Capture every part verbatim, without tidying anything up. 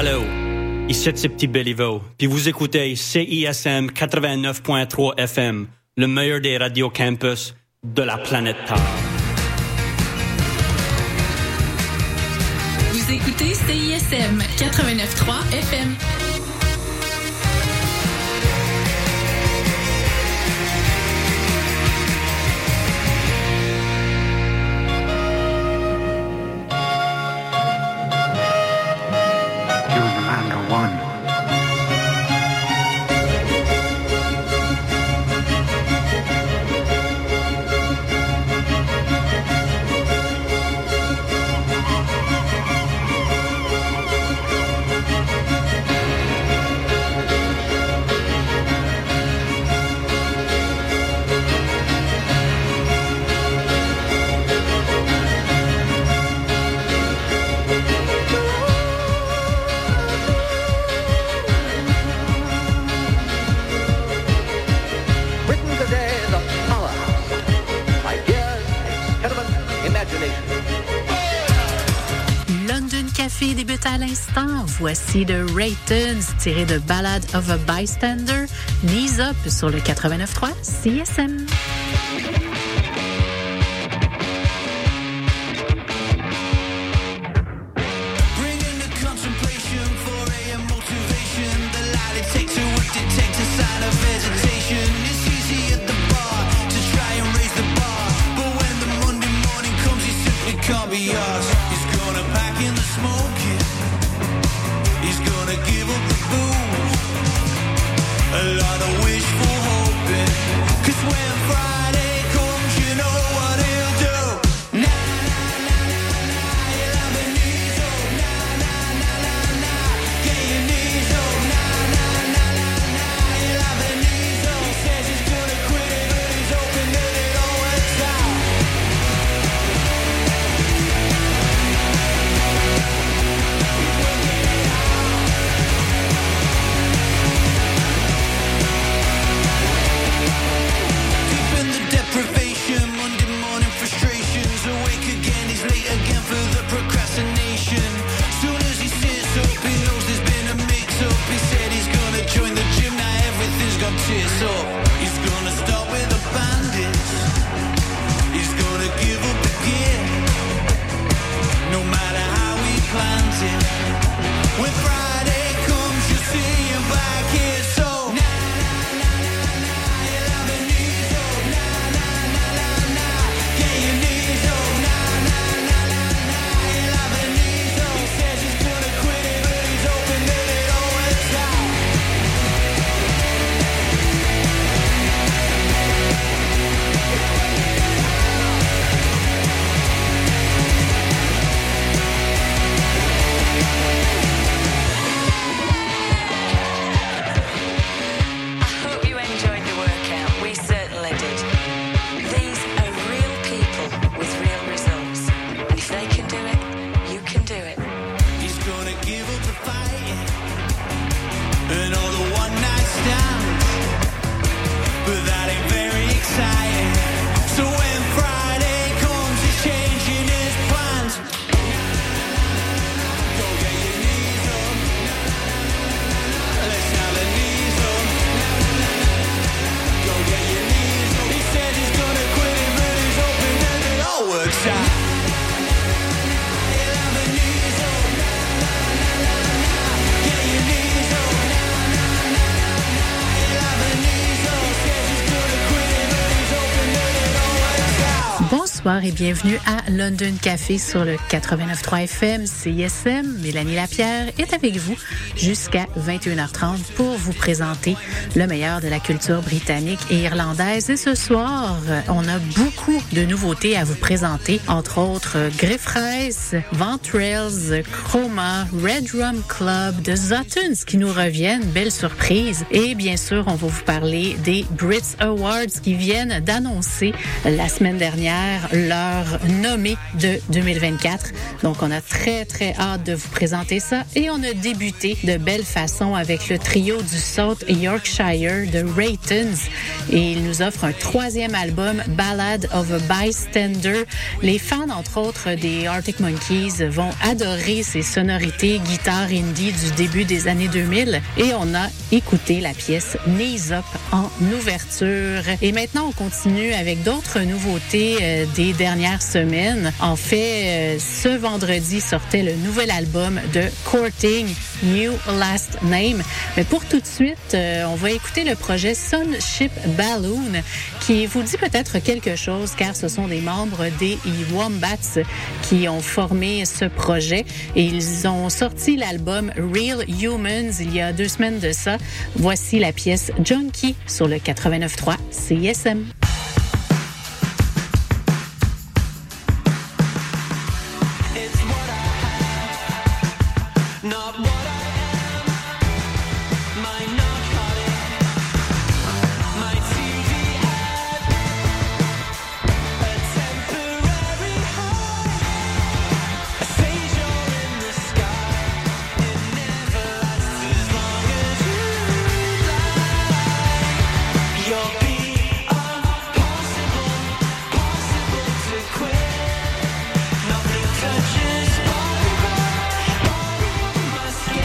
Allô, ici c'est Petit Béliveau, puis vous écoutez C I S M quatre-vingt-neuf point trois F M, le meilleur des radios campus de la planète Terre. Vous écoutez C I S M quatre-vingt-neuf point trois F M. Débute à l'instant. Voici The Raytons tiré de Ballad of a Bystander. Knees Up sur le quatre-vingt-neuf point trois C I S M. Bonsoir et bienvenue à London Café sur le quatre-vingt-neuf point trois F M C I S M. Mélanie Lapierre est avec vous jusqu'à vingt et une heures trente pour vous présenter le meilleur de la culture britannique et irlandaise. Et ce soir, on a beaucoup de nouveautés à vous présenter, entre autres Griffiths, Ventrelles, Chroma, Red Rum Club, The Zottons qui nous reviennent, belle surprise. Et bien sûr, on va vous parler des Brits Awards qui viennent d'annoncer la semaine dernière leur nommée de deux mille vingt-quatre. Donc, on a très, très hâte de vous présenter ça. Et on a débuté de belle façon avec le trio du South Yorkshire de Raytons. Et ils nous offrent un troisième album, Ballad of a Bystander. Les fans, entre autres, des Arctic Monkeys vont adorer ces sonorités guitare indie du début des années deux mille. Et on a écouté la pièce Knees Up en ouverture. Et maintenant, on continue avec d'autres nouveautés euh, des dernières semaines. En fait, euh, ce vendredi sortait le nouvel album de Courting, New Last Name. Mais pour tout de suite, euh, on va écouter le projet Sunship Balloon qui vous dit peut-être quelque chose car ce sont des membres des Wombats qui ont formé ce projet et ils ont sorti l'album Real Humans il y a deux semaines de ça. Voici la pièce Junkie sur le quatre-vingt-neuf point trois C I S M. Touches, body, body, my skin.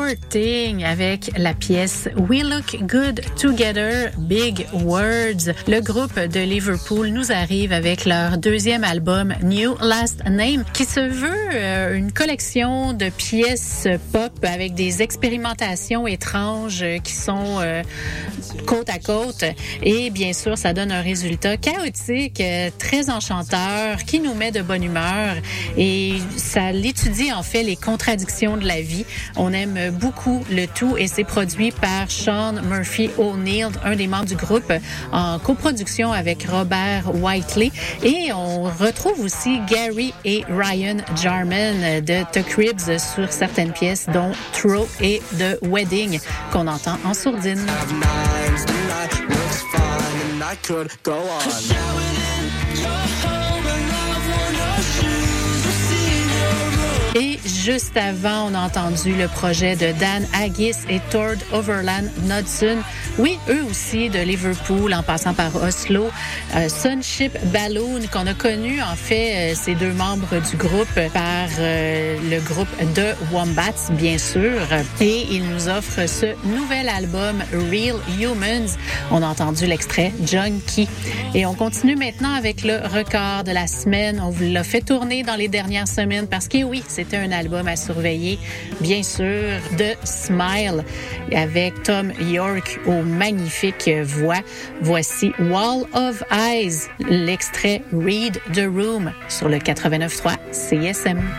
Sure Thing avec la pièce We Look Good Together, Big Words. Le groupe de Liverpool nous arrive avec leur deuxième album New Last Name qui se veut euh, une collection de pièces pop avec des expérimentations étranges qui sont euh, côte à côte et bien sûr ça donne un résultat chaotique, euh, très enchanteur qui nous met de bonne humeur et ça l'étudie en fait les contradictions de la vie. On aime beaucoup le tout et c'est produit par Sean Murphy O'Neill, un des membres du groupe, en coproduction avec Robert Whiteley. Et on retrouve aussi Gary et Ryan Jarman de The Cribs sur certaines pièces, dont Throw et The Wedding, qu'on entend en sourdine. Et juste avant, on a entendu le projet de Dan Haggis et Tord Overland Knudsen. Oui, eux aussi de Liverpool, en passant par Oslo. Euh, Sunship Balloon, qu'on a connu, en fait, euh, ces deux membres du groupe par euh, le groupe The Wombats, bien sûr. Et ils nous offrent ce nouvel album, Real Humans. On a entendu l'extrait Junkie. Et on continue maintenant avec le record de la semaine. On vous l'a fait tourner dans les dernières semaines parce que oui, c'était un album à surveiller, bien sûr, de Smile avec Tom York aux magnifiques voix. Voici Wall of Eyes, l'extrait Read the Room sur le quatre-vingt-neuf point trois C I S M.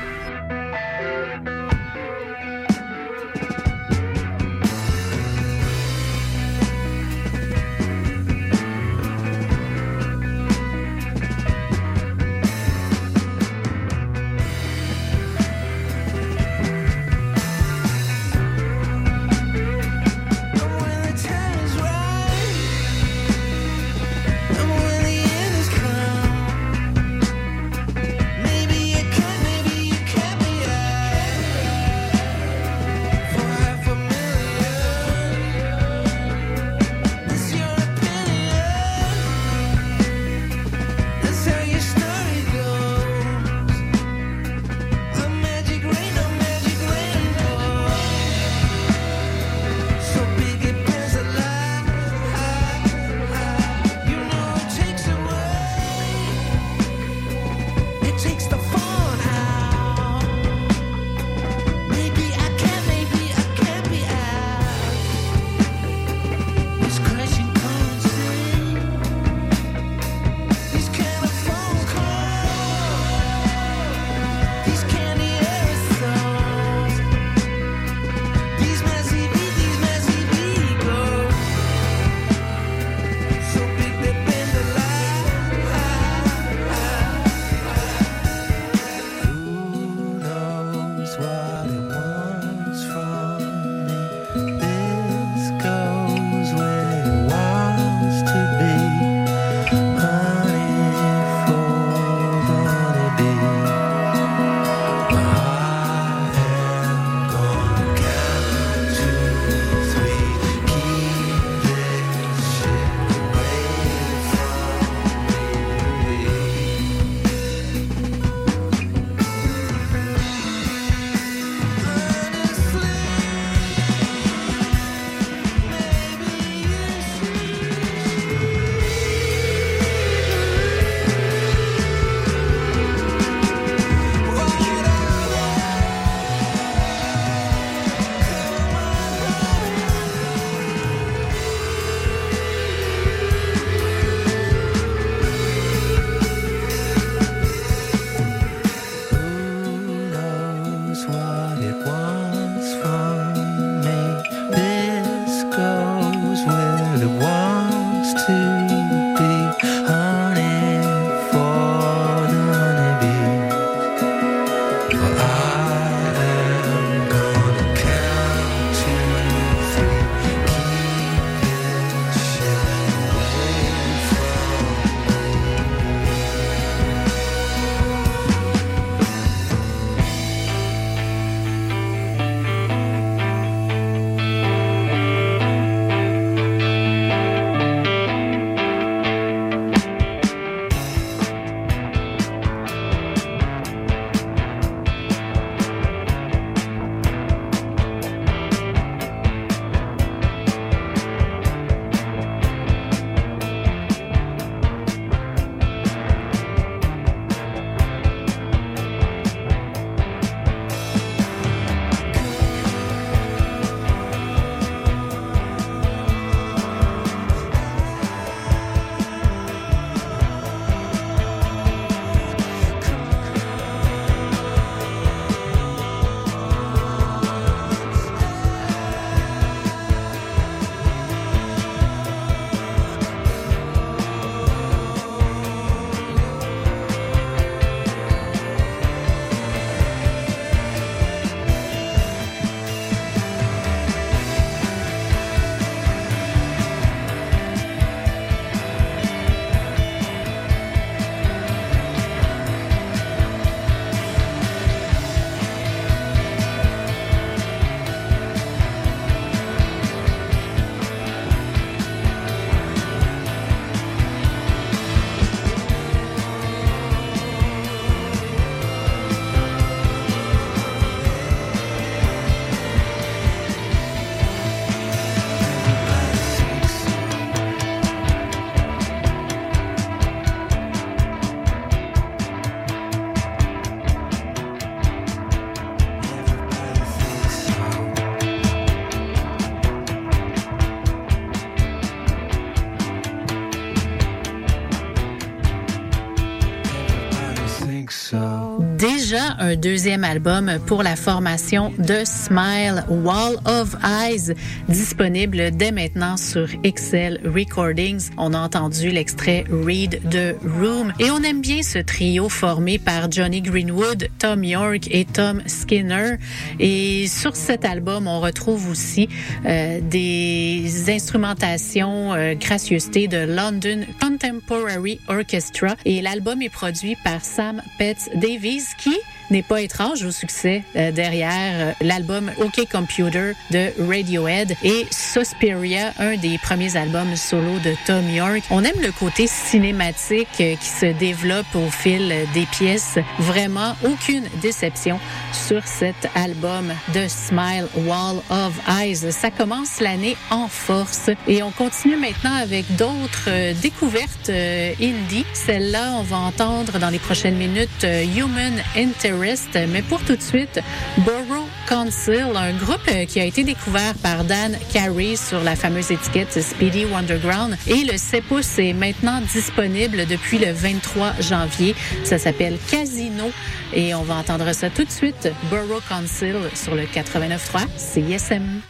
déjà un deuxième album pour la formation The Smile, Wall of Eyes, disponible dès maintenant sur Excel Recordings. On a entendu l'extrait Read the Room et on aime bien ce trio formé par Johnny Greenwood, Tom York et Tom Skinner. Et sur cet album, on retrouve aussi euh, des instrumentations euh, gracieuseté de London Contemporary Orchestra et l'album est produit par Sam Petz Davies qui n'est pas étrange au succès euh, derrière euh, l'album OK Computer de Radiohead et Suspiria, un des premiers albums solo de Tom York. On aime le côté cinématique euh, qui se développe au fil euh, des pièces. Vraiment, aucune déception sur cet album de Smile, Wall of Eyes. Ça commence l'année en force et on continue maintenant avec d'autres euh, découvertes euh, indie. Celle-là, on va entendre dans les prochaines minutes euh, Human Interest. Mais pour tout de suite, Borough Council, un groupe qui a été découvert par Dan Carey sur la fameuse étiquette Speedy Wonderground. Et le sept pouces est maintenant disponible depuis le vingt-trois janvier. Ça s'appelle Casino et on va entendre ça tout de suite. Borough Council sur le quatre-vingt-neuf trois C I S M.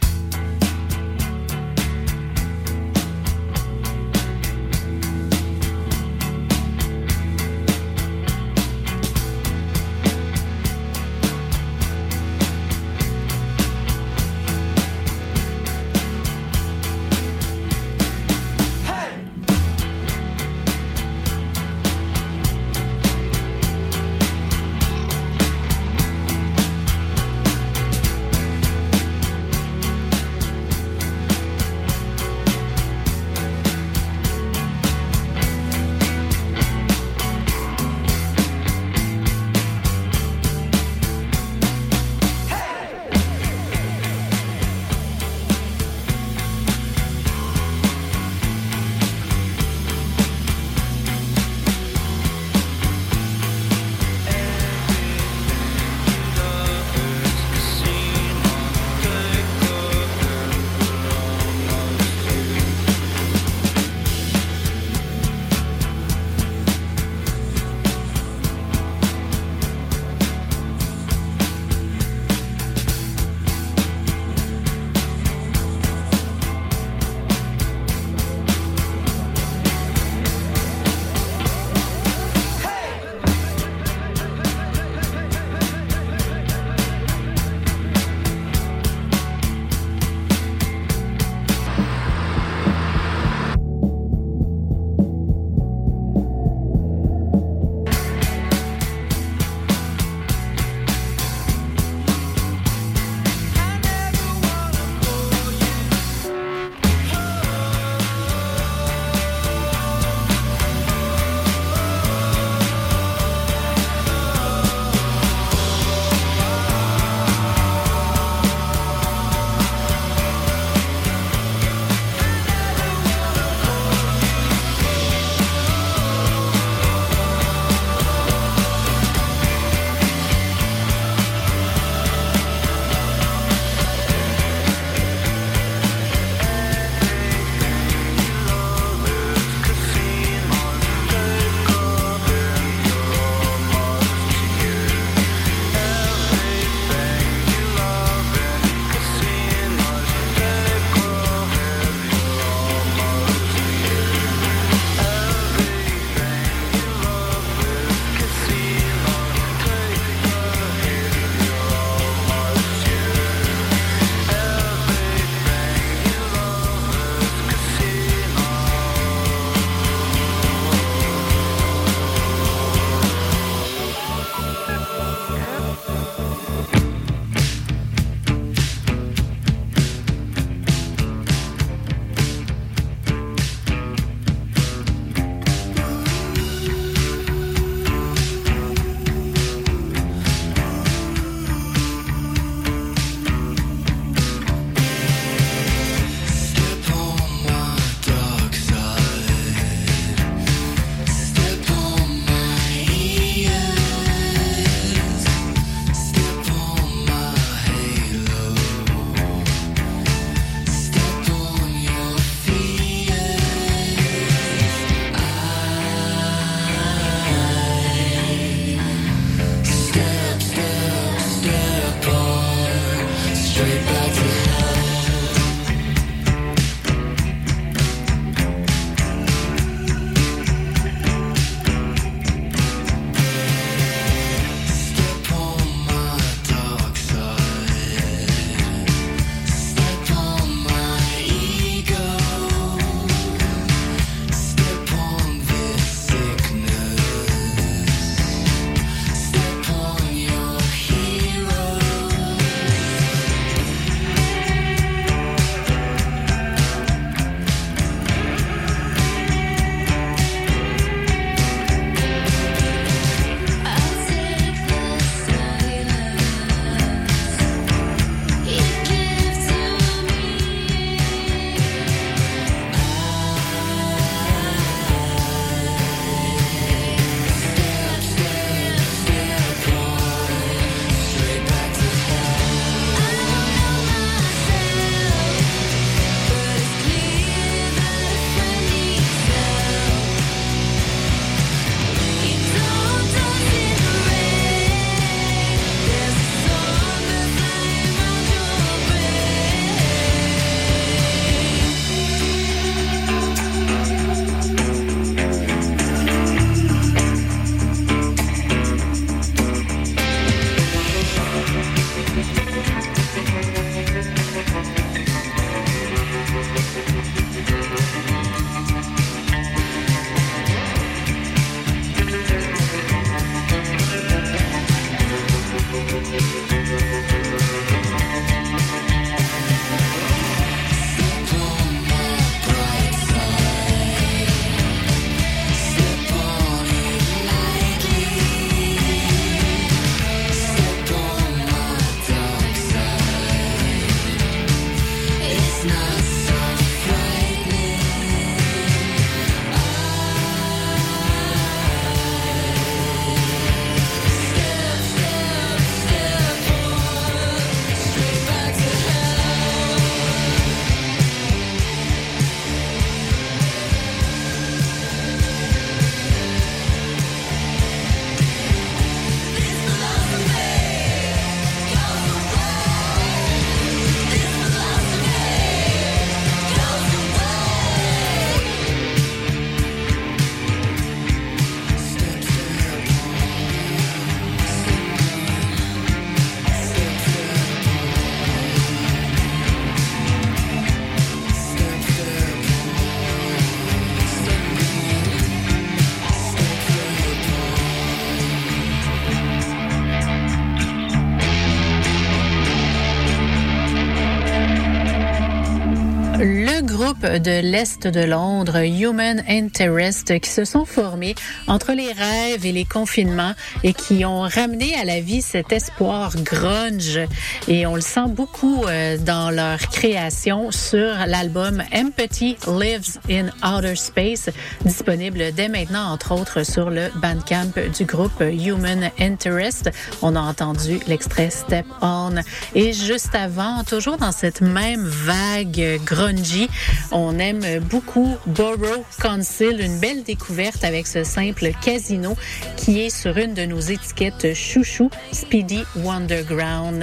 groupe de l'Est de Londres, Human Interest, qui se sont formés entre les rêves et les confinements et qui ont ramené à la vie cet espoir grunge. Et on le sent beaucoup euh, dans leur création sur l'album Empathy Lives in Outer Space, disponible dès maintenant, entre autres, sur le Bandcamp du groupe Human Interest. On a entendu l'extrait Step On. Et juste avant, toujours dans cette même vague grungy, on aime beaucoup Borough Council, une belle découverte avec ce simple Casino qui est sur une de nos étiquettes chouchou, Speedy Wonderground.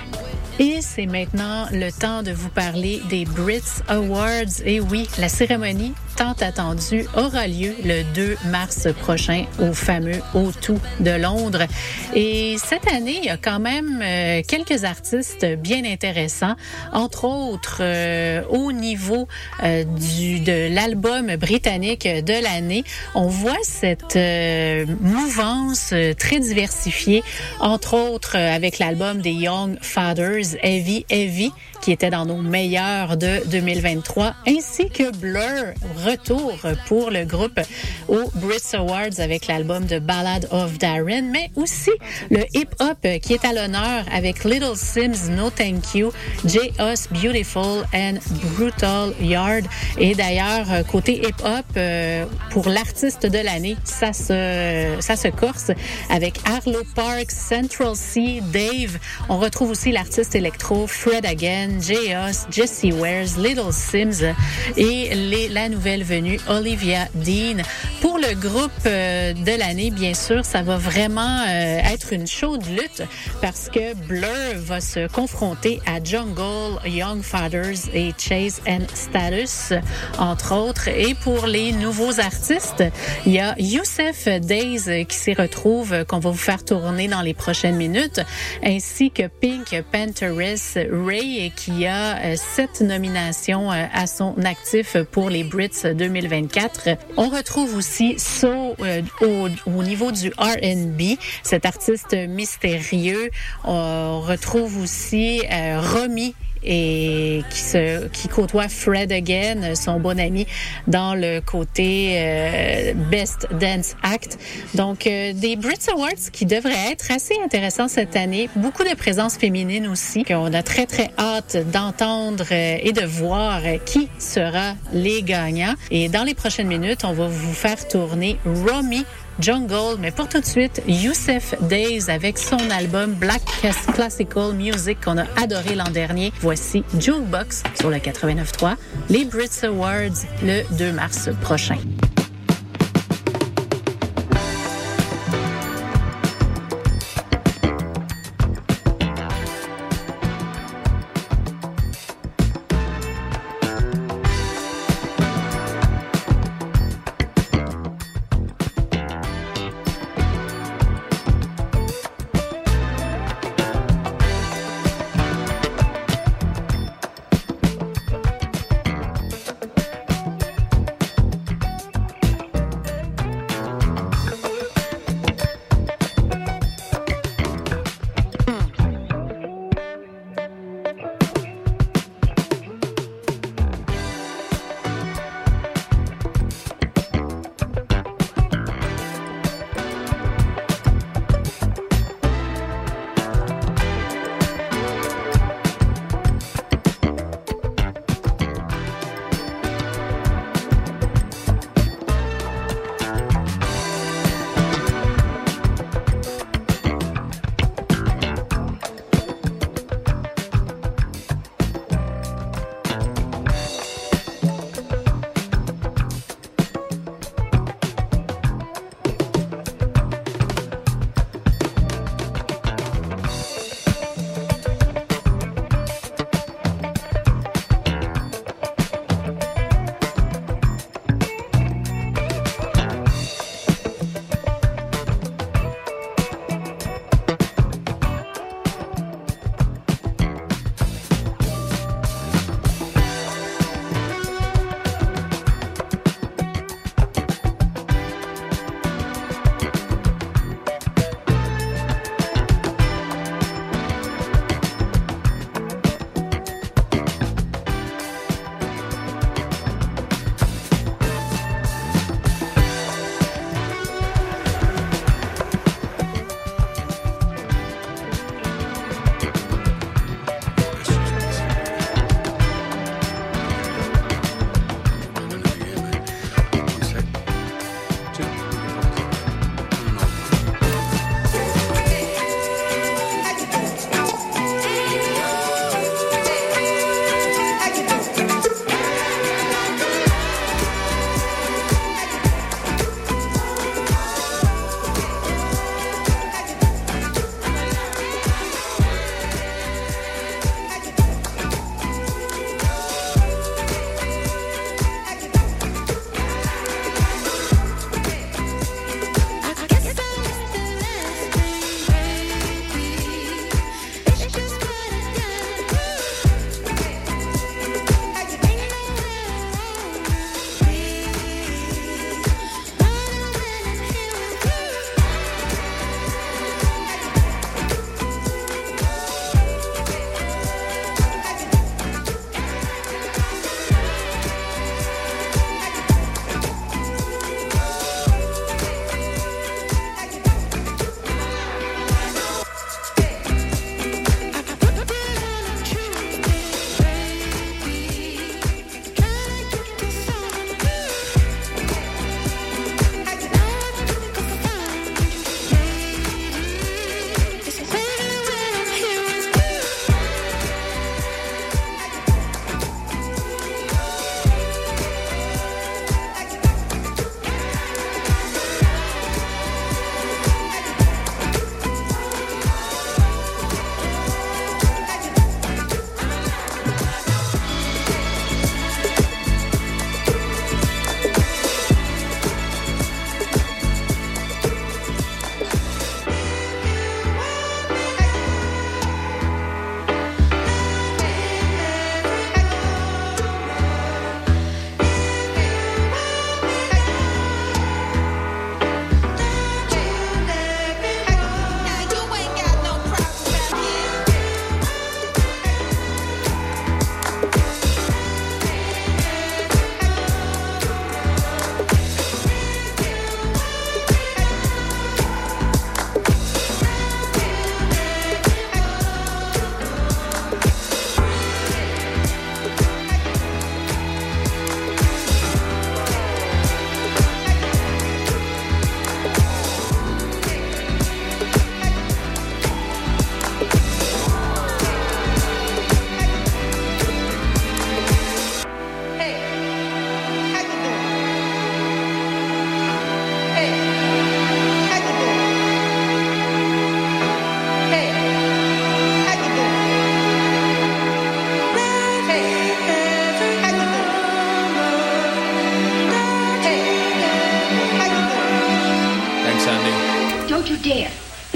Et c'est maintenant le temps de vous parler des Brits Awards. Et oui, la cérémonie tant attendue aura lieu le deux mars prochain au fameux O deux de Londres. Et cette année, il y a quand même euh, quelques artistes bien intéressants, entre autres euh, au niveau euh, du de l'album britannique de l'année. On voit cette euh, mouvance euh, très diversifiée, entre autres euh, avec l'album des Young Fathers, Heavy Heavy, qui était dans nos meilleurs de deux mille vingt-trois, ainsi que Blur, retour pour le groupe aux Brits Awards avec l'album de Ballad of Darren, mais aussi le hip-hop qui est à l'honneur avec Little Sims, No Thank You, J-Us, Beautiful and Brutal Yard. Et d'ailleurs, côté hip-hop, euh, pour l'artiste de l'année, ça se, ça se corse avec Arlo Parks, Central C, Dave. On retrouve aussi l'artiste électro Fred Again, J-Us, Jesse Wares, Little Sims et les, la nouvelle venue Olivia Dean. Pour le groupe euh, de l'année, bien sûr, ça va vraiment euh, être une chaude lutte parce que Blur va se confronter à Jungle, Young Fathers et Chase and Status, entre autres. Et pour les nouveaux artistes, il y a Youssef Days qui s'y retrouve, qu'on va vous faire tourner dans les prochaines minutes, ainsi que Pink Panthers, Ray, qui a euh, sept nominations euh, à son actif pour les Brits deux mille vingt-quatre. On retrouve aussi So euh, au, au niveau du R and B, cet artiste mystérieux. On retrouve aussi euh, Romy, et qui se qui côtoie Fred Again, son bon ami, dans le côté euh, Best Dance Act. Donc euh, des Brits Awards qui devraient être assez intéressants cette année. Beaucoup de présence féminine aussi, qu'on a très très hâte d'entendre euh, et de voir euh, qui sera les gagnants. Et dans les prochaines minutes, on va vous faire tourner Romy, Jungle, mais pour tout de suite, Youssef Days avec son album Black Classical Music qu'on a adoré l'an dernier. Voici Jukebox sur le quatre-vingt-neuf trois, les Brits Awards le deux mars prochain.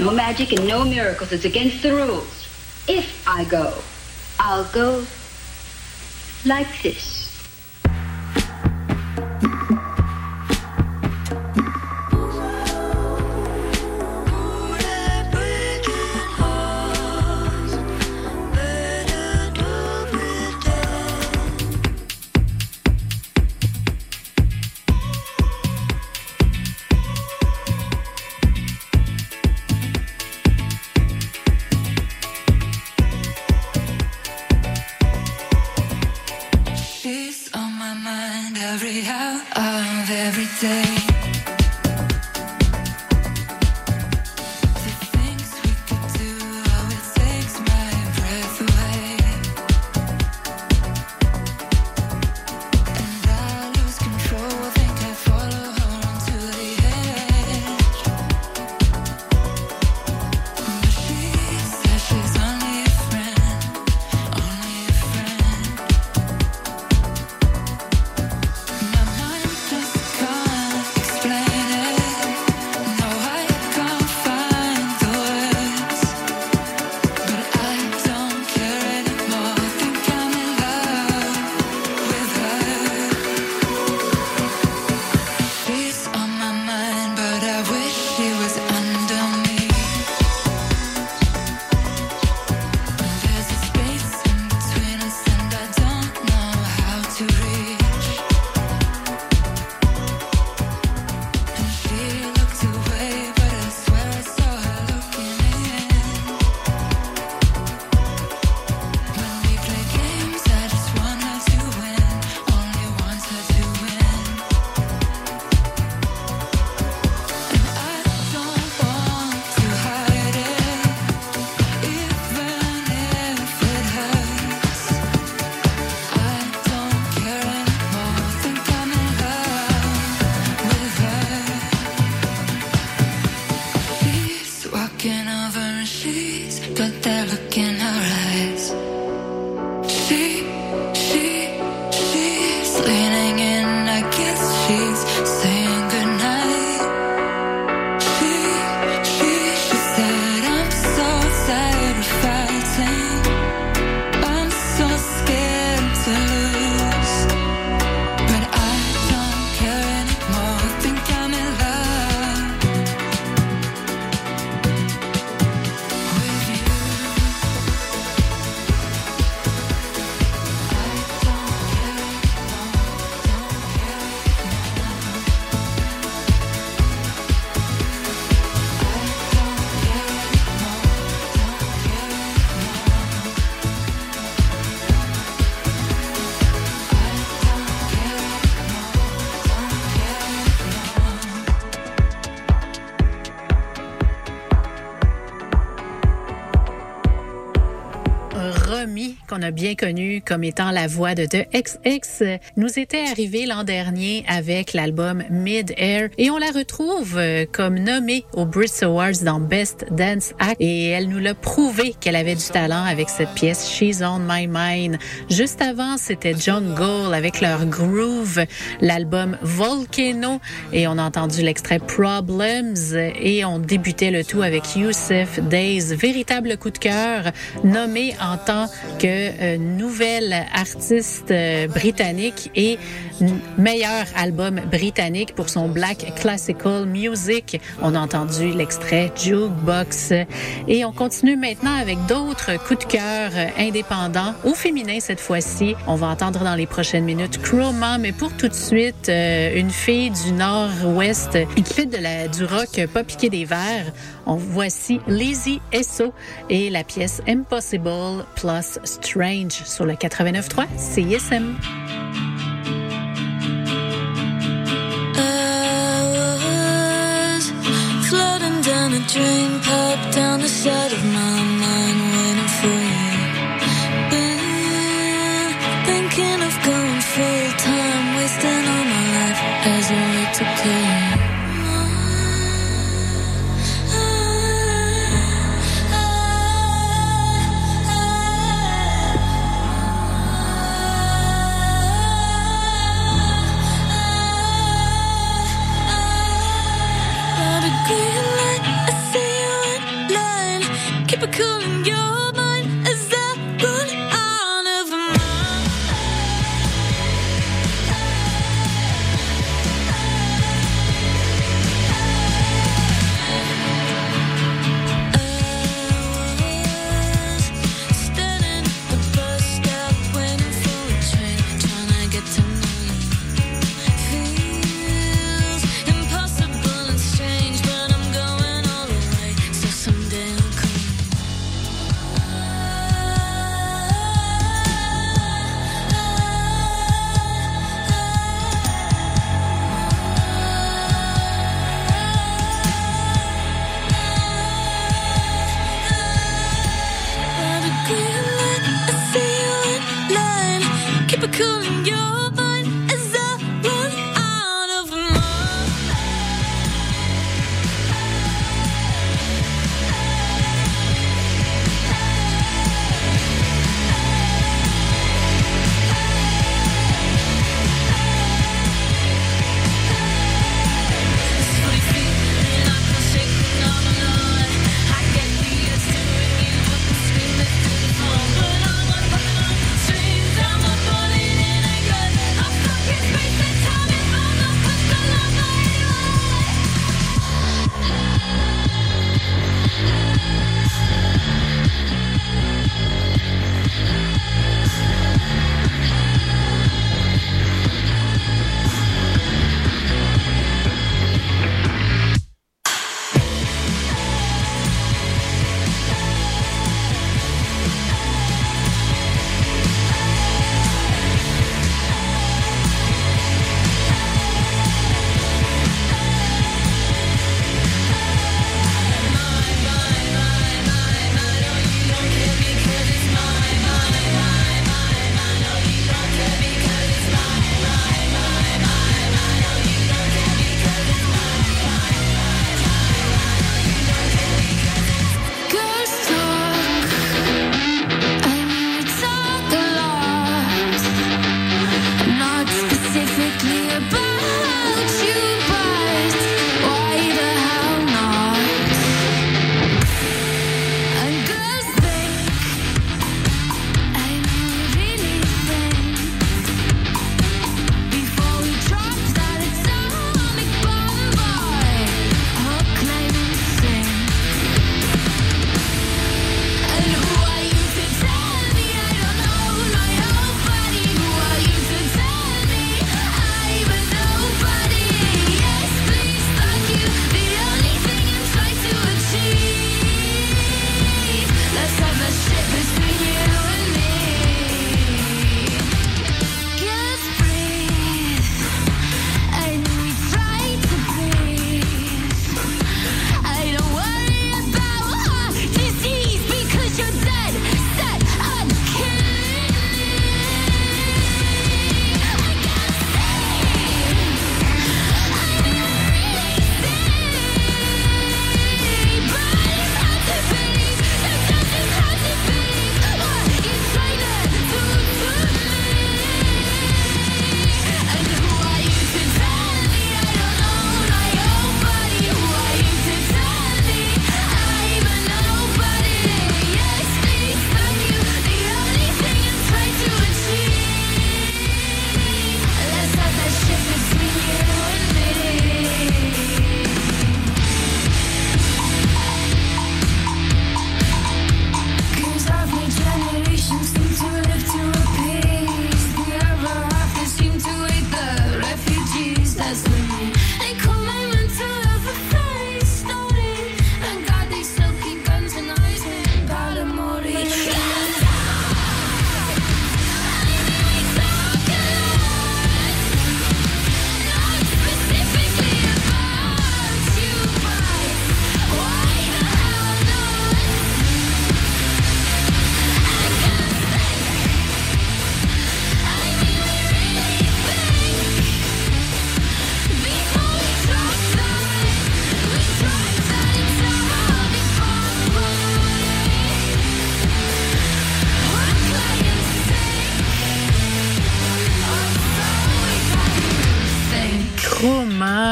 No magic and no miracles. It's against the rules. If I go, I'll go like this. Qu'on a bien connu comme étant la voix de The X X, nous était arrivée l'an dernier avec l'album Mid-Air et on la retrouve comme nommée aux Brit Awards dans Best Dance Act et elle nous l'a prouvé qu'elle avait du talent avec cette pièce She's on My Mind. Juste avant, c'était Jungle avec leur groove, l'album Volcano et on a entendu l'extrait Problems et on débutait le tout avec Youssef Days, véritable coup de cœur, nommé en tant que Euh, nouvelle artiste euh, britannique et n- meilleur album britannique pour son Black Classical Music. On a entendu l'extrait Jukebox et on continue maintenant avec d'autres coups de cœur euh, indépendants, au féminin cette fois-ci. On va entendre dans les prochaines minutes Chroma, mais pour tout de suite, euh, une fille du nord-ouest qui fait de la, du rock pas piqué des verres. On voici Lizzie Esso et la pièce Impossible plus Strange sur le quatre-vingt-neuf trois C I S M. I was floating down a drain pipe down the side of my mind waiting for you. Been thinking of going full time, wasting all my life as a way to kill you. Green light, I see you in calling your mind as I run out of mind. Standing at the bus stop, waiting for a train, trying to get to know you. Feels impossible and strange, but I'm going all the way, so someday I'll come. By the green light, I see you in line. Keep it cool in your mind as I run out of mind. Forty feet and I can shake the number nine. I get the urge to ring you up and scream it through the phone, but I'm not fucking on the streets. I'm not falling in a gut.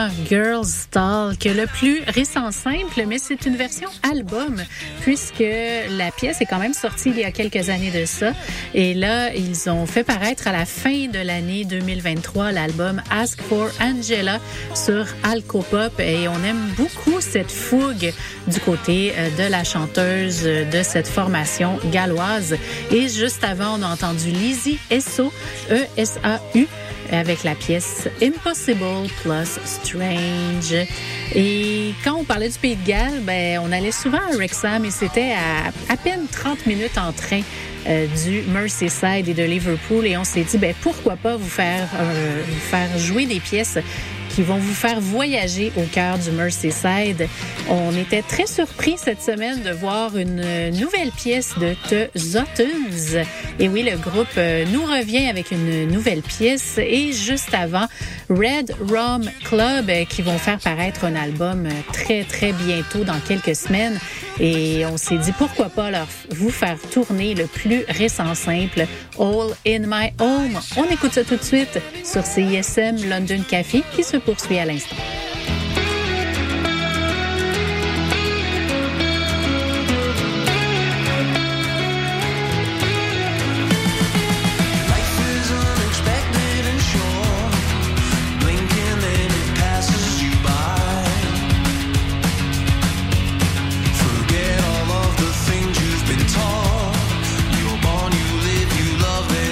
justement Girls Talk, le plus récent simple, mais c'est une version album puisque la pièce est quand même sortie il y a quelques années de ça. Et là, ils ont fait paraître à la fin de l'année deux mille vingt-trois l'album Ask for Angela sur Alcopop et on aime beaucoup cette fougue du côté de la chanteuse de cette formation galloise. Et juste avant, on a entendu Lizzie Esso, E S A U, avec la pièce Impossible plus Strange. Et quand on parlait du Pays de Galles, ben, on allait souvent à Wrexham et c'était à à peine trente minutes en train euh, du Merseyside et de Liverpool. Et on s'est dit, ben, pourquoi pas vous faire, euh, vous faire jouer des pièces qui vont vous faire voyager au cœur du Merseyside. On était très surpris cette semaine de voir une nouvelle pièce de The Zottons. Et oui, le groupe nous revient avec une nouvelle pièce. Et juste avant, Red Rum Club qui vont faire paraître un album très, très bientôt, dans quelques semaines. Et on s'est dit, pourquoi pas leur, vous faire tourner le plus récent simple, All in My Home. On écoute ça tout de suite sur C I S M London Café qui se poursuit à l'instant.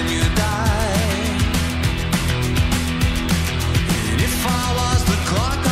Clock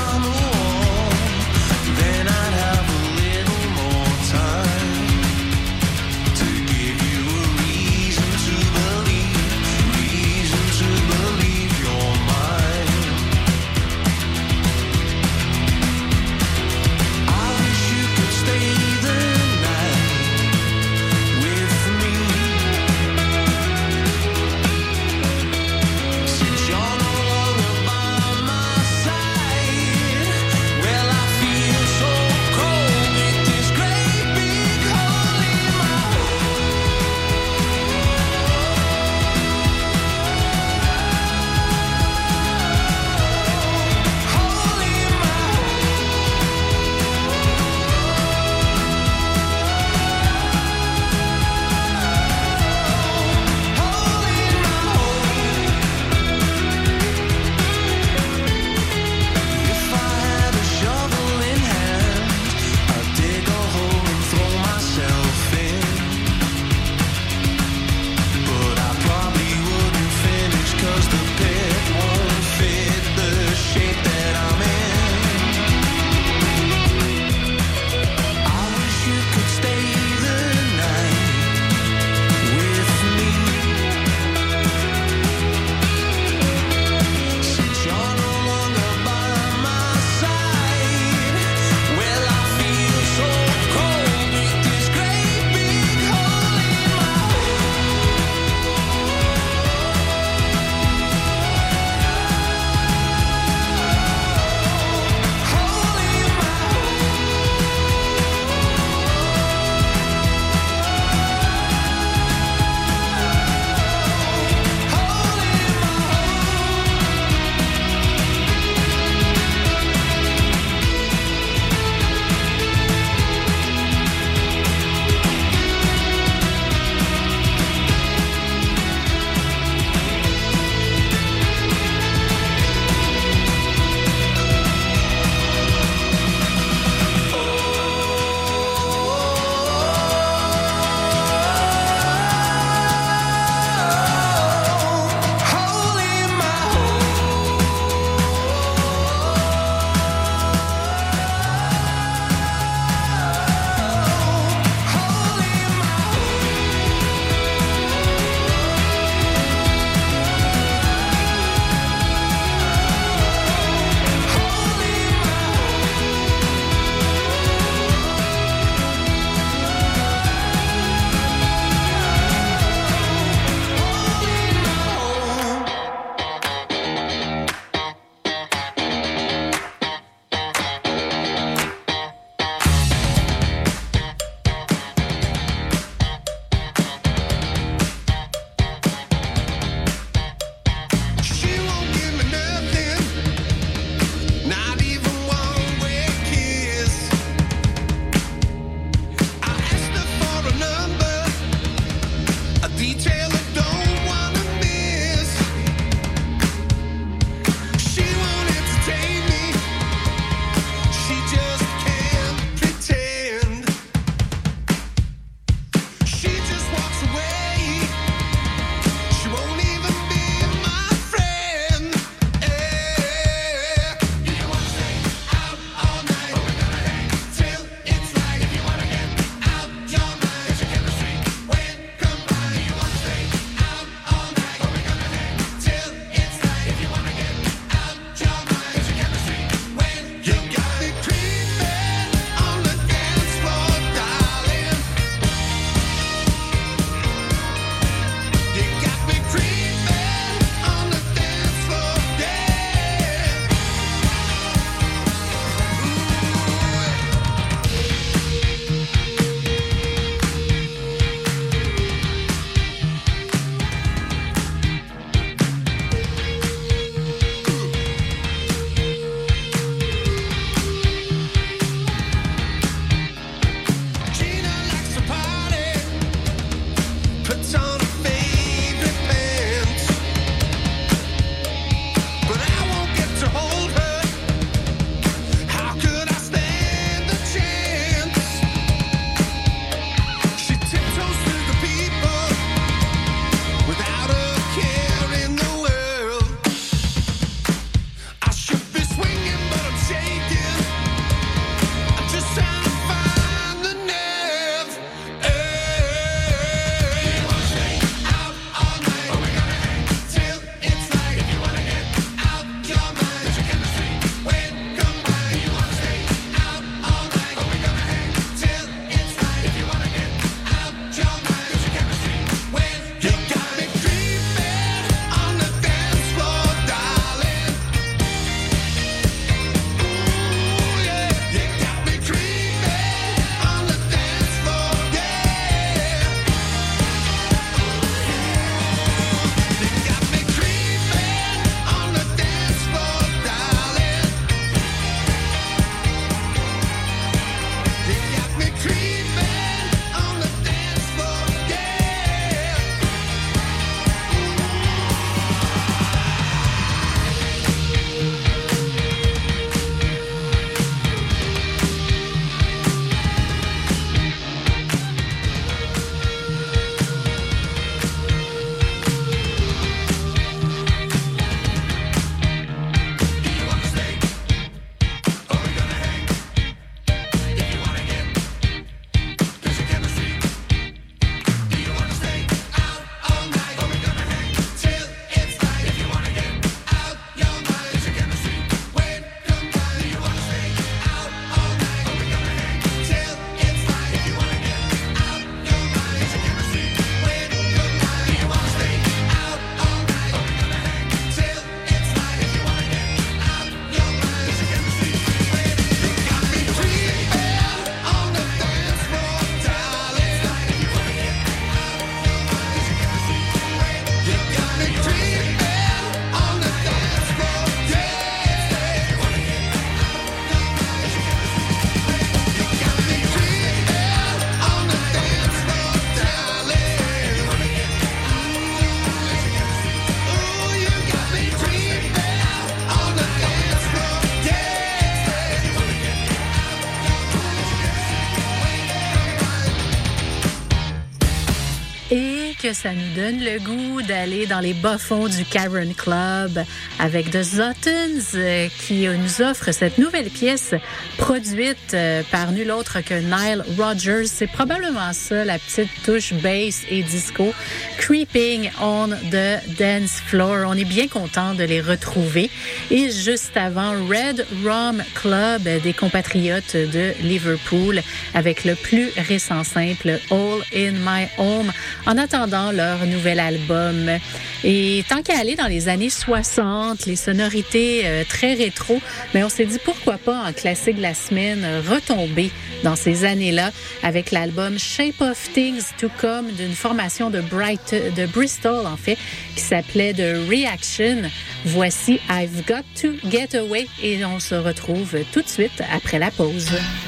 que ça nous donne le goût d'aller dans les bas-fonds du Cavern Club avec The Zottons euh, qui nous offre cette nouvelle pièce produite euh, par nul autre que Nile Rodgers. C'est probablement ça, la petite touche bass et disco. Creeping on the Dance Floor. On est bien content de les retrouver. Et juste avant, Red Rum Club, des compatriotes de Liverpool, avec le plus récent simple, All in My Home, en attendant leur nouvel album. Et tant qu'à aller dans les années soixante, les sonorités euh, très rétro, mais on s'est dit pourquoi pas en classique de la semaine retomber dans ces années-là avec l'album Shape of Things to Come d'une formation de, Bright, de Bristol, en fait, qui s'appelait The Reaction. Voici I've Got to Get Away et on se retrouve tout de suite après la pause.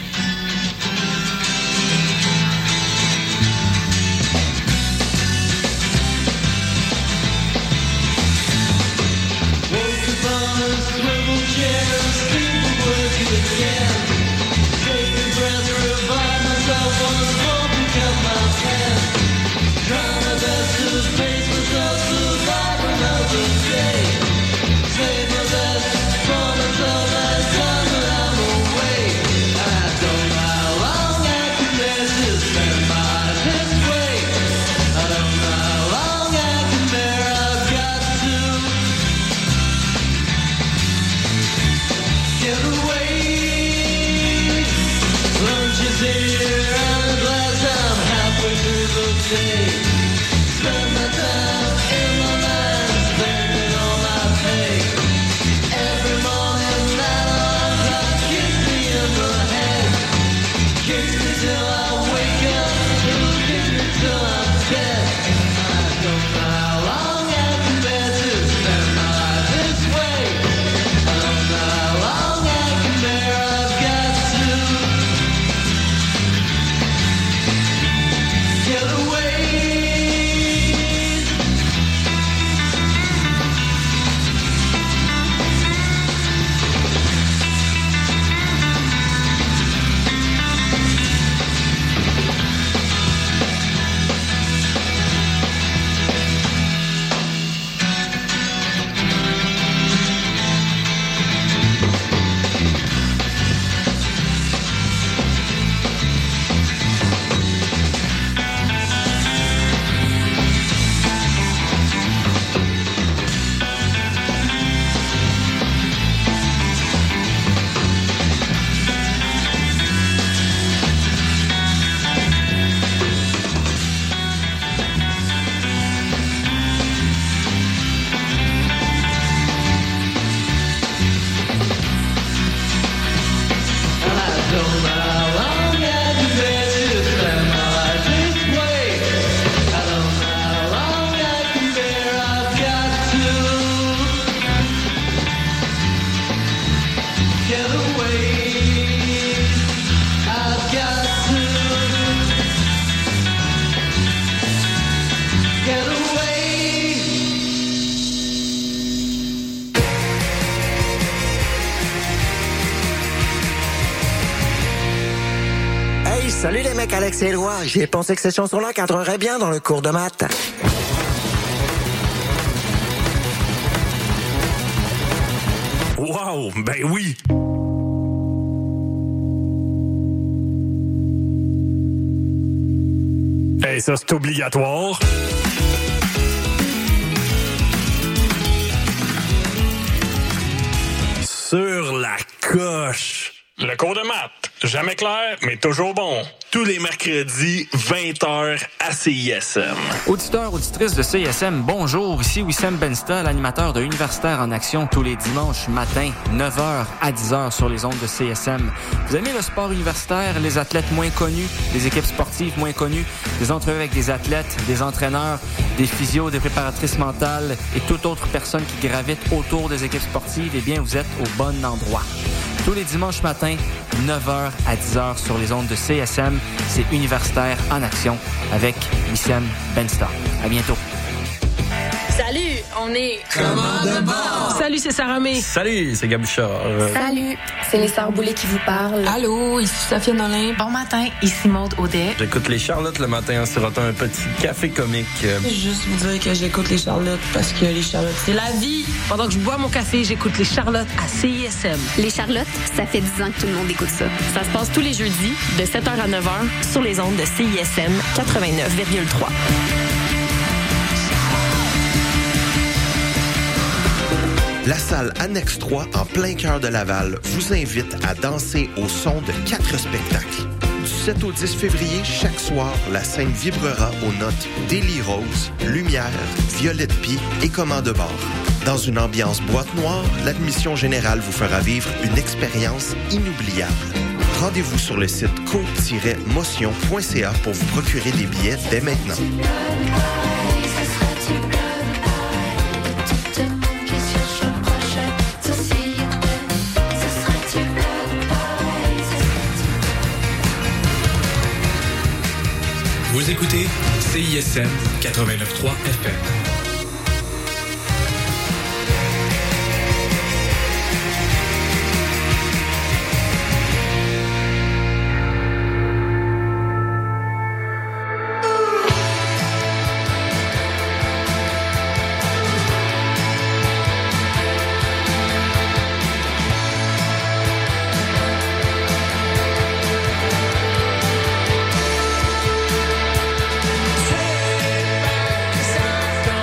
Salut les mecs, Alex et Éloi. J'ai pensé que ces chansons-là cadreraient bien dans le cours de maths. Wow, ben oui! Hey, ça c'est obligatoire. Sur la coche. Le cours de maths. Jamais clair, mais toujours bon. Tous les mercredis, vingt heures à C I S M. Auditeurs, auditrices de C I S M, bonjour. Ici Wissem Bensta, l'animateur de Universitaire en Action tous les dimanches matin, neuf heures à dix heures sur les ondes de C I S M. Vous aimez le sport universitaire, les athlètes moins connus, les équipes sportives moins connues, des entrevues avec des athlètes, des entraîneurs, des physios, des préparatrices mentales et toute autre personne qui gravite autour des équipes sportives, eh bien, vous êtes au bon endroit. Tous les dimanches matins, neuf heures à dix heures sur les ondes de C S M. C'est Universitaire en Action avec Wissem Bensta. À bientôt. Salut, On est Commande bord. Salut, c'est Sarah May. Salut, c'est Gabuchard. Salut, c'est les Sœurs Boulay qui vous parlent. Allô, ici Sophia Nolin. Bon matin, ici Maude Audet. J'écoute les Charlottes le matin en sirotant un petit café comique. Juste vous dire que j'écoute les Charlottes parce que les Charlottes, c'est la vie. Pendant que je bois mon café, j'écoute les Charlottes à C I S M. Les Charlottes, ça fait dix ans que tout le monde écoute ça. Ça se passe tous les jeudis de sept heures à neuf heures sur les ondes de C I S M quatre-vingt-neuf virgule trois. La salle Annexe trois, en plein cœur de Laval, vous invite à danser au son de quatre spectacles. Du sept au dix février, chaque soir, la scène vibrera aux notes Daily Rose, Lumière, Violette Pie et Commande bord. Dans une ambiance boîte noire, l'admission générale vous fera vivre une expérience inoubliable. Rendez-vous sur le site co tiret motion point c a pour vous procurer des billets dès maintenant. Vous écoutez C I S M quatre-vingt-neuf point trois F M. Take back this I've gone.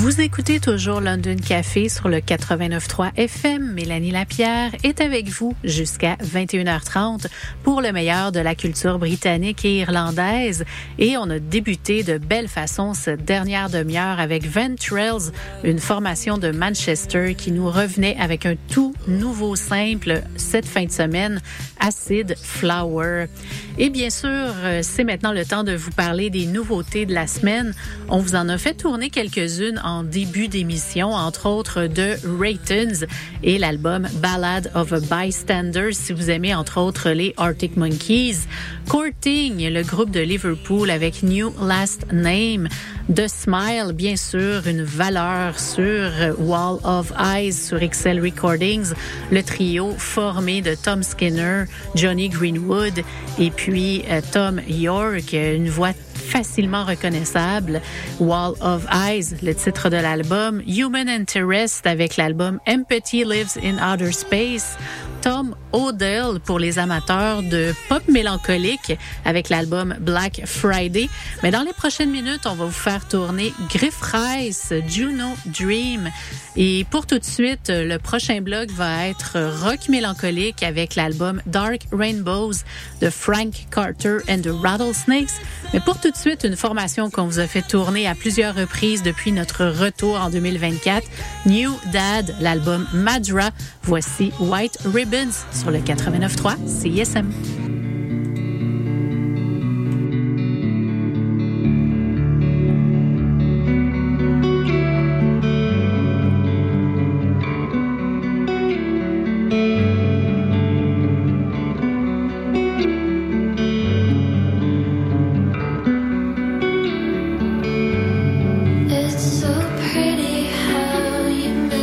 Vous écoutez toujours London Café sur le quatre-vingt-neuf point trois F M. Mélanie Lapierre est avec vous jusqu'à vingt et une heures trente pour le meilleur de la culture britannique et irlandaise. Et on a débuté de belle façon cette dernière demi-heure avec Ventrells, une formation de Manchester qui nous revenait avec un tout nouveau simple cette fin de semaine, Acid Flower. Et bien sûr, c'est maintenant le temps de vous parler des nouveautés de la semaine. On vous en a fait tourner quelques-unes en début d'émission, entre autres de Raytons et l'album Ballad of a Bystander, si vous aimez entre autres les Arctic Monkeys. Courting, le groupe de Liverpool avec New Last Name. The Smile, bien sûr, une valeur sur Wall of Eyes sur X L Recordings. Le trio formé de Tom Skinner, Johnny Greenwood et puis euh, Tom York, une voix facilement reconnaissable. Wall of Eyes, le titre de l'album. Human Interest avec l'album Empathy Lives in Outer Space. Tom Odell pour les amateurs de pop mélancolique avec l'album Black Friday. Mais dans les prochaines minutes, on va vous faire tourner Griff Rice, Juno Dream. Et pour tout de suite, le prochain bloc va être rock mélancolique avec l'album Dark Rainbows de Frank Carter and the Rattlesnakes. Mais pour tout de suite, une formation qu'on vous a fait tourner à plusieurs reprises depuis notre retour en deux mille vingt-quatre. New Dad, l'album Madra. Voici White Ribbons sur le quatre-vingt-neuf point trois C I S M.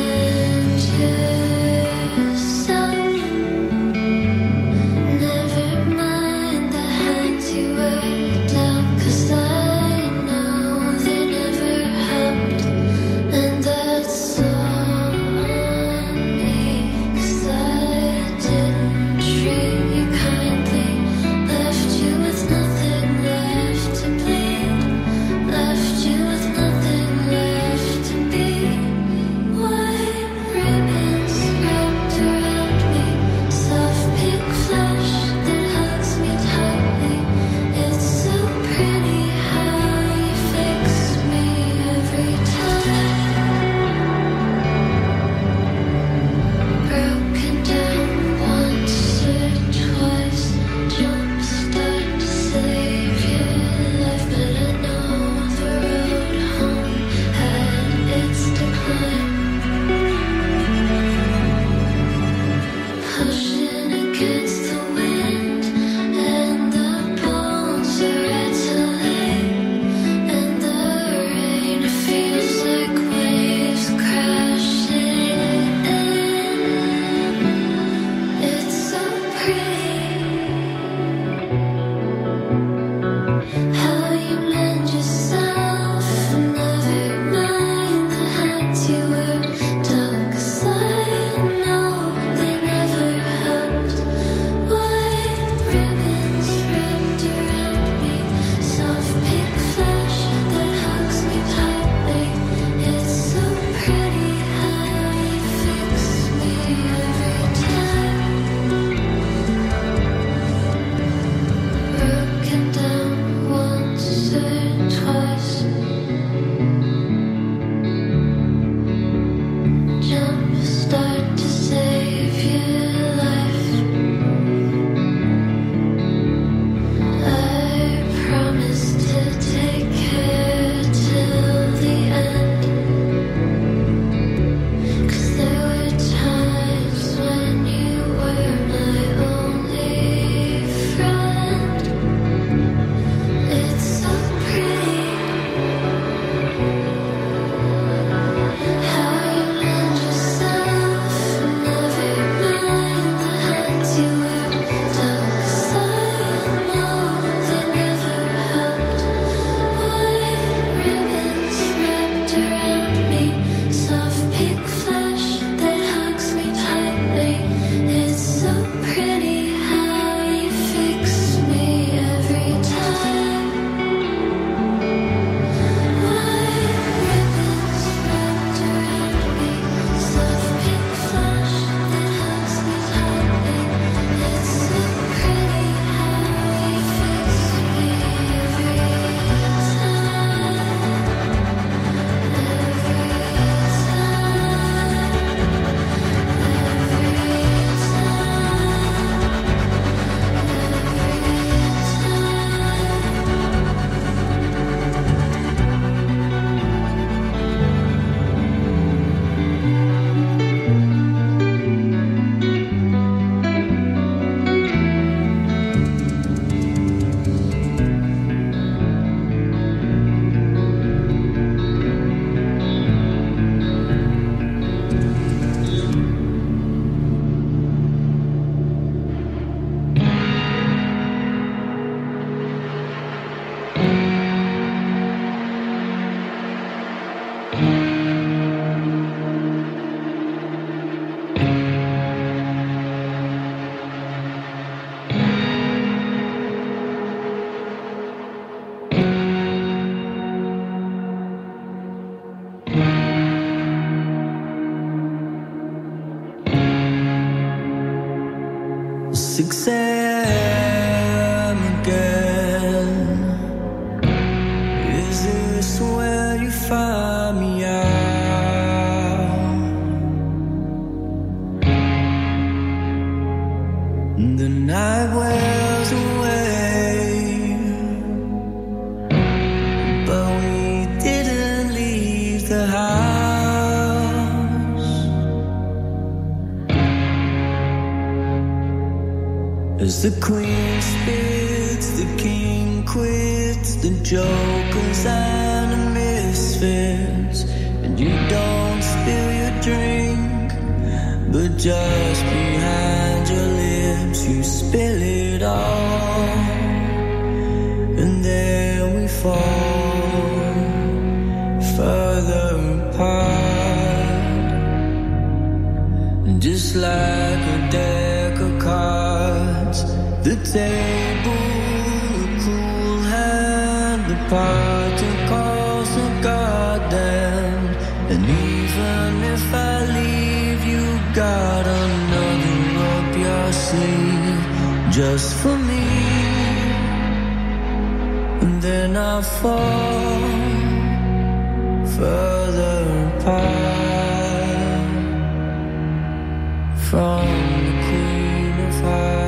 Never six a.m. again. Is this where you find me out? The night wears away, but we didn't leave the house. As the queen spits, the king quits, the jokers and the misfits, and you don't spill your drink, but just behind your lips you spill it all, and then we fall further apart, just like a deck of cards. The table, the cruel hand, the particles of goddamn. And even if I leave, you got another up your sleeve just for me. And then I fall further apart from the Queen of Hearts.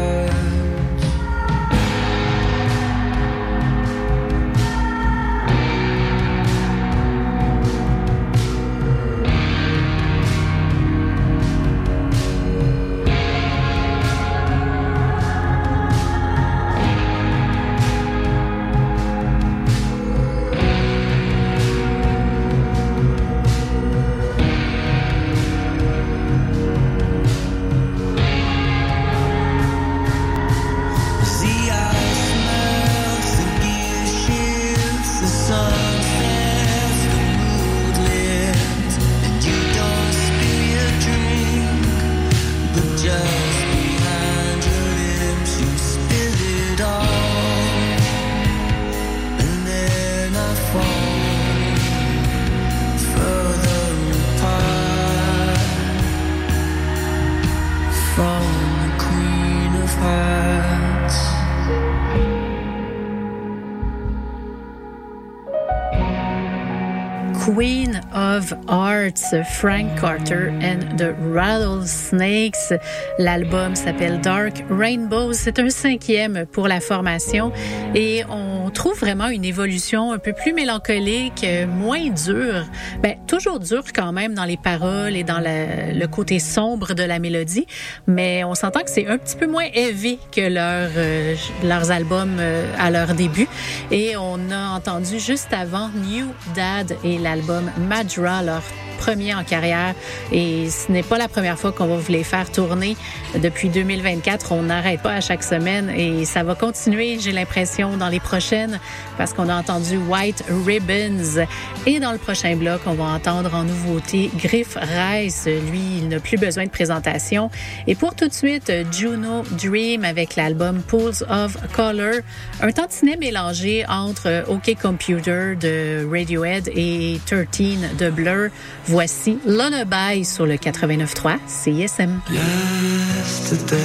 Queen of Hearts, Frank Carter and the Rattlesnakes. L'album s'appelle Dark Rainbows. C'est un cinquième pour la formation et on trouve vraiment une évolution un peu plus mélancolique, moins dure. Ben, toujours dure quand même dans les paroles et dans la, le côté sombre de la mélodie, mais on s'entend que c'est un petit peu moins heavy que leur, euh, leurs albums euh, à leur début. Et on a entendu juste avant New Dad et l'album Madra, leur premier en carrière, et ce n'est pas la première fois qu'on va vous les faire tourner. Depuis deux mille vingt-quatre, on n'arrête pas à chaque semaine et ça va continuer, j'ai l'impression, dans les prochaines, parce qu'on a entendu White Ribbons. Et dans le prochain bloc, on va entendre en nouveauté Griff Rice. Lui, il n'a plus besoin de présentation. Et pour tout de suite, Juno Dream avec l'album Pools of Color, un tantinet mélangé entre OK Computer de Radiohead et treize de Blur. Voici Lullaby sur le quatre-vingt-neuf trois C I S M. Yesterday,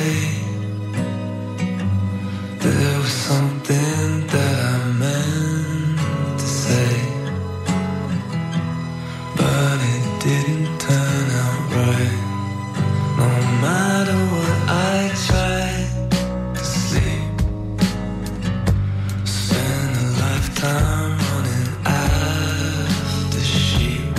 there was something that I meant to say, but it didn't turn out right. No matter what I tried to sleep, spend a lifetime running after sheep,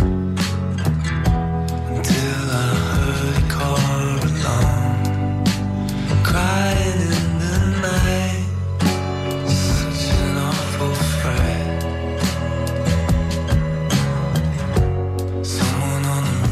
until I heard it call along, crying in the night, such an awful fright. Someone on the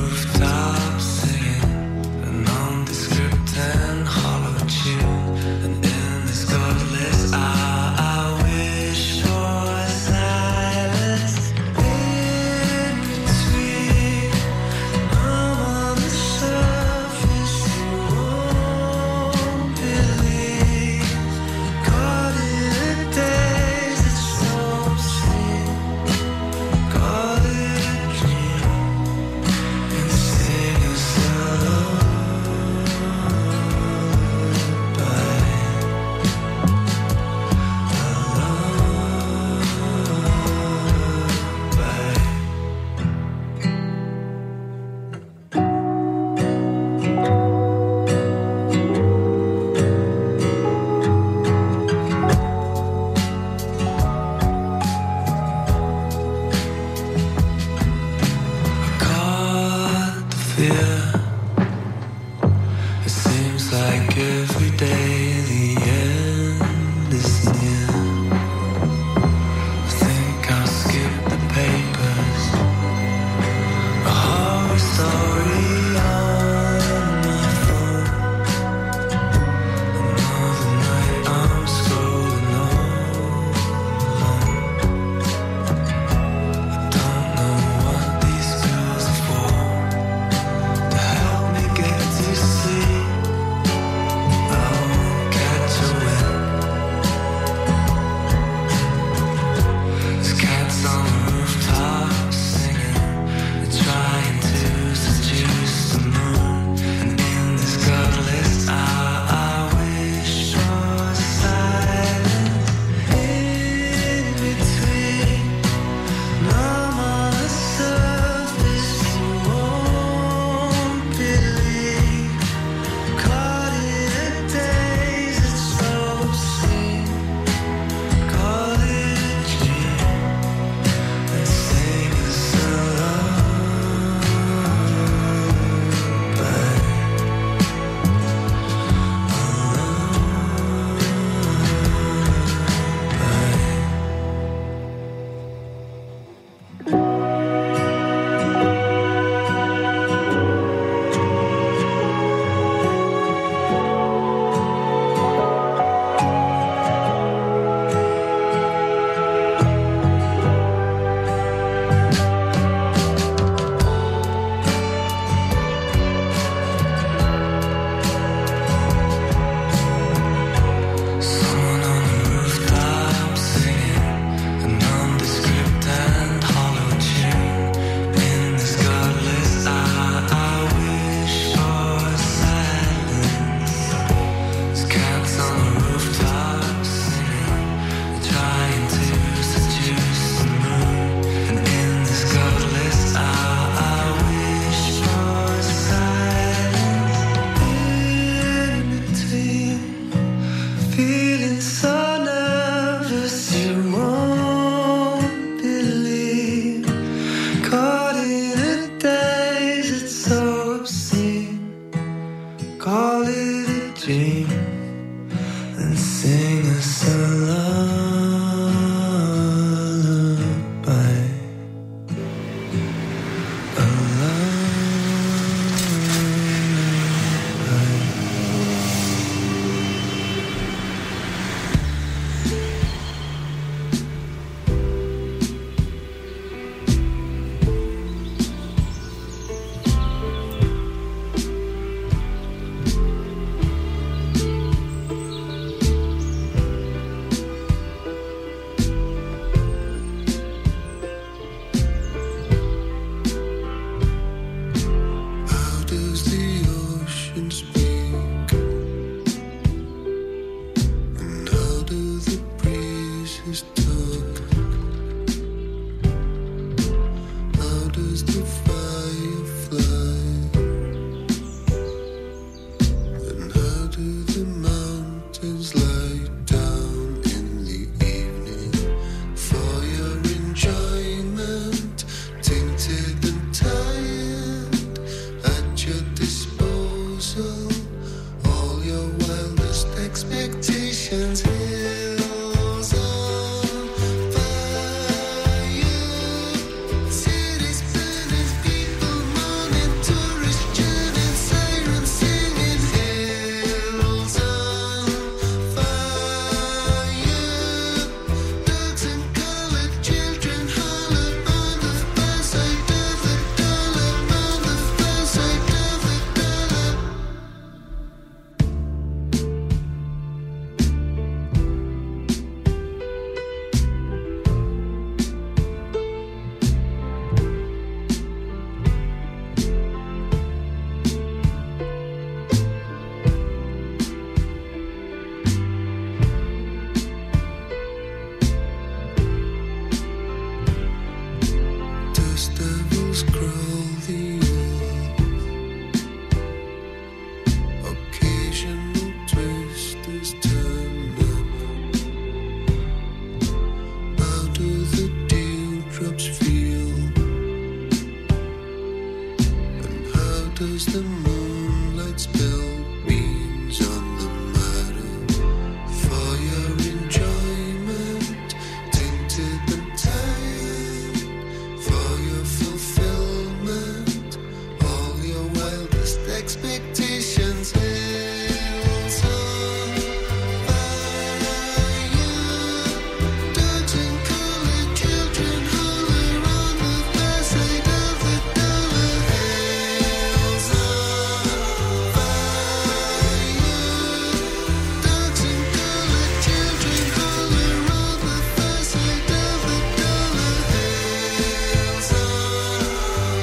does the moonlight spill beams on the matter for your enjoyment, tainted and tired for your fulfillment, all your wildest expectations hails on fire, dodging colored children holler on the far side of the dollar. Hails on fire, dodging colored children holler on the far side of the dollar. Hails on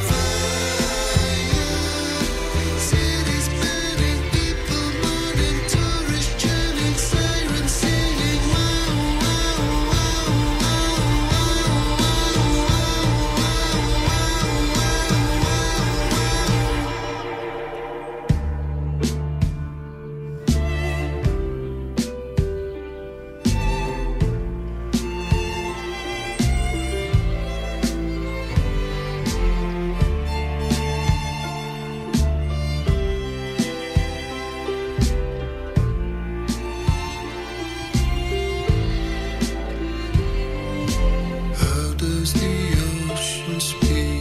fire, cities burning, people mourning, tourists churning, sirens singing, wow, wow, wow, wow, how does the ocean speak?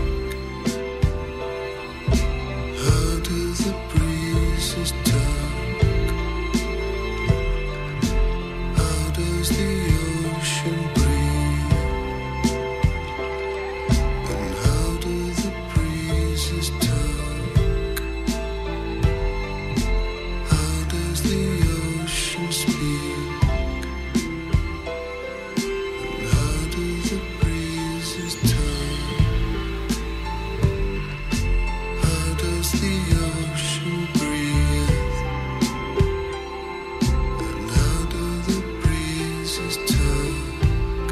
How do the breezes talk? How does the ocean breathe? And how do the breezes talk? How does the ocean speak? And how do the breezes talk? How does the ocean breathe? And how do the breezes talk?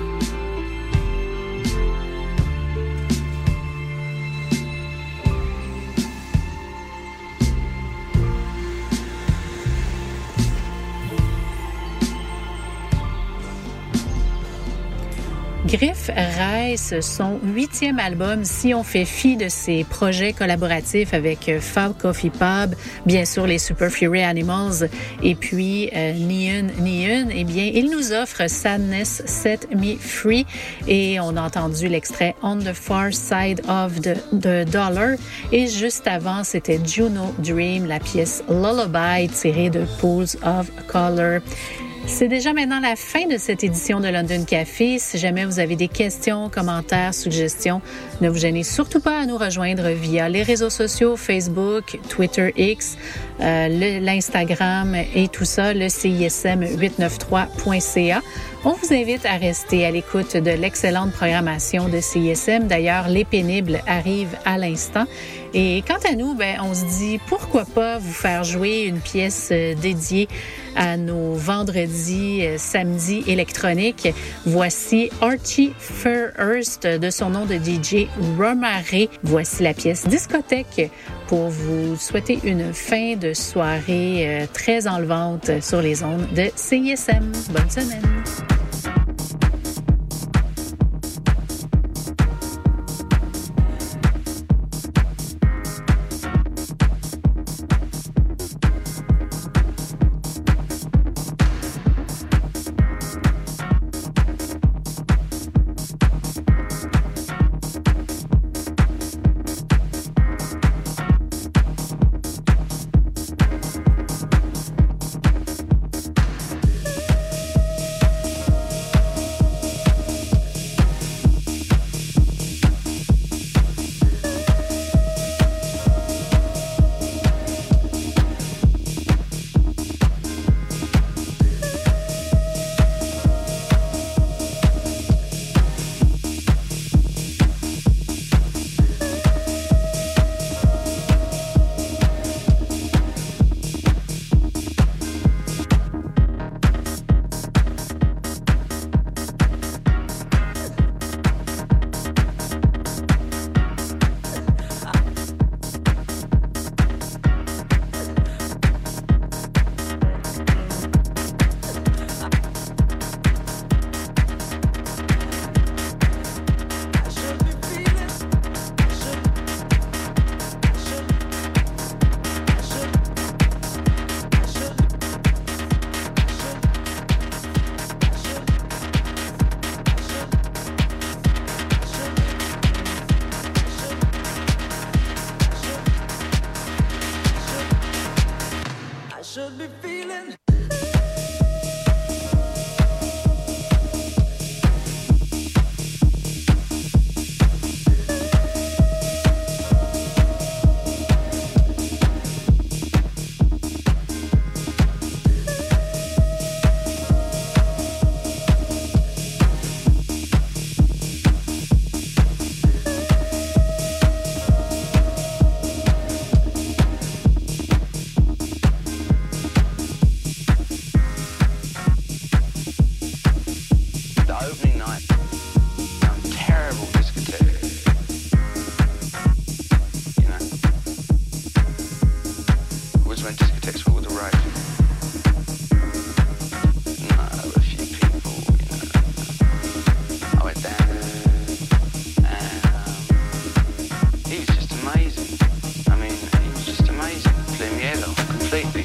Griff Rice, son huitième album, si on fait fi de ses projets collaboratifs avec euh, Fab Coffee Pub, bien sûr les Super Fury Animals et puis euh, Neon Neon, eh bien, il nous offre Sadness Set Me Free et on a entendu l'extrait On the Far Side of the, the Dollar et juste avant, c'était Juno Dream, la pièce Lullaby tirée de Pools of Color. C'est déjà maintenant la fin de cette édition de London Café. Si jamais vous avez des questions, commentaires, suggestions, ne vous gênez surtout pas à nous rejoindre via les réseaux sociaux, Facebook, Twitter X, euh, le, l'Instagram et tout ça, le C I S M huit cent quatre-vingt-trois point C A. On vous invite à rester à l'écoute de l'excellente programmation de C I S M. D'ailleurs, Les Pénibles arrivent à l'instant. Et quant à nous, ben, on se dit pourquoi pas vous faire jouer une pièce euh, dédiée à nos vendredis, euh, samedis électroniques. Voici Archie Fairhurst de son nom de D J Romare. Voici la pièce Discothèque pour vous souhaiter une fin de soirée euh, très enlevante sur les ondes de C I S M. Bonne semaine! he was just amazing. I mean, he was just amazing. Blew me head off completely.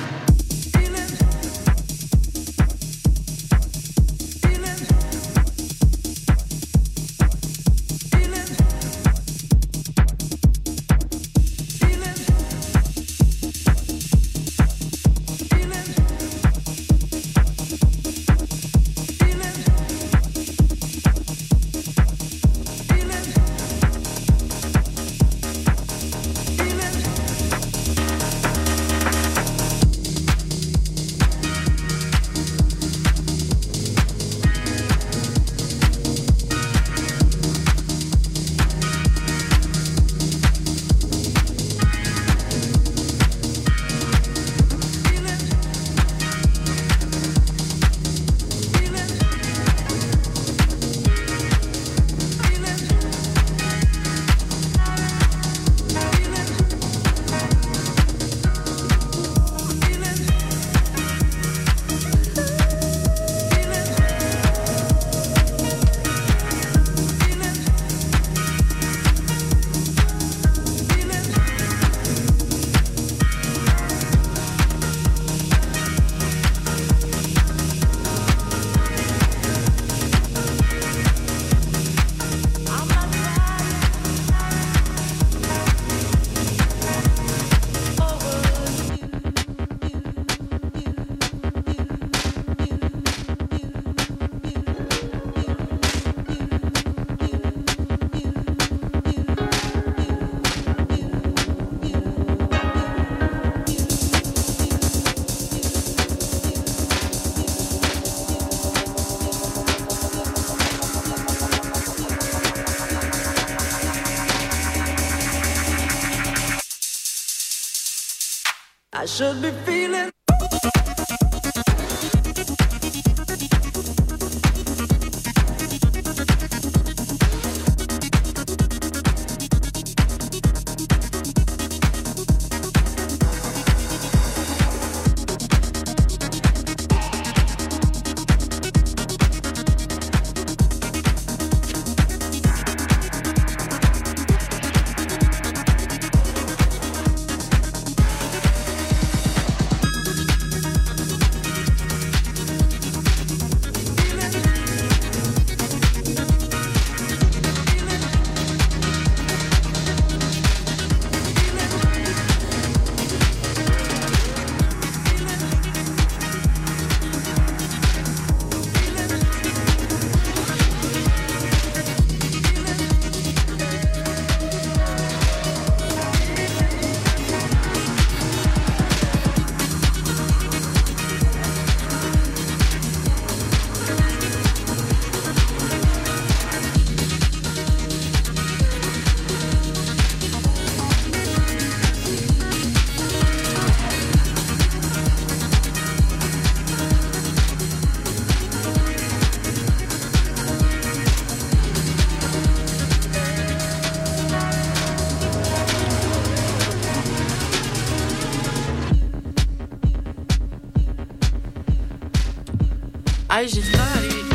I should be feeling. Hey, j'ai du temps à aller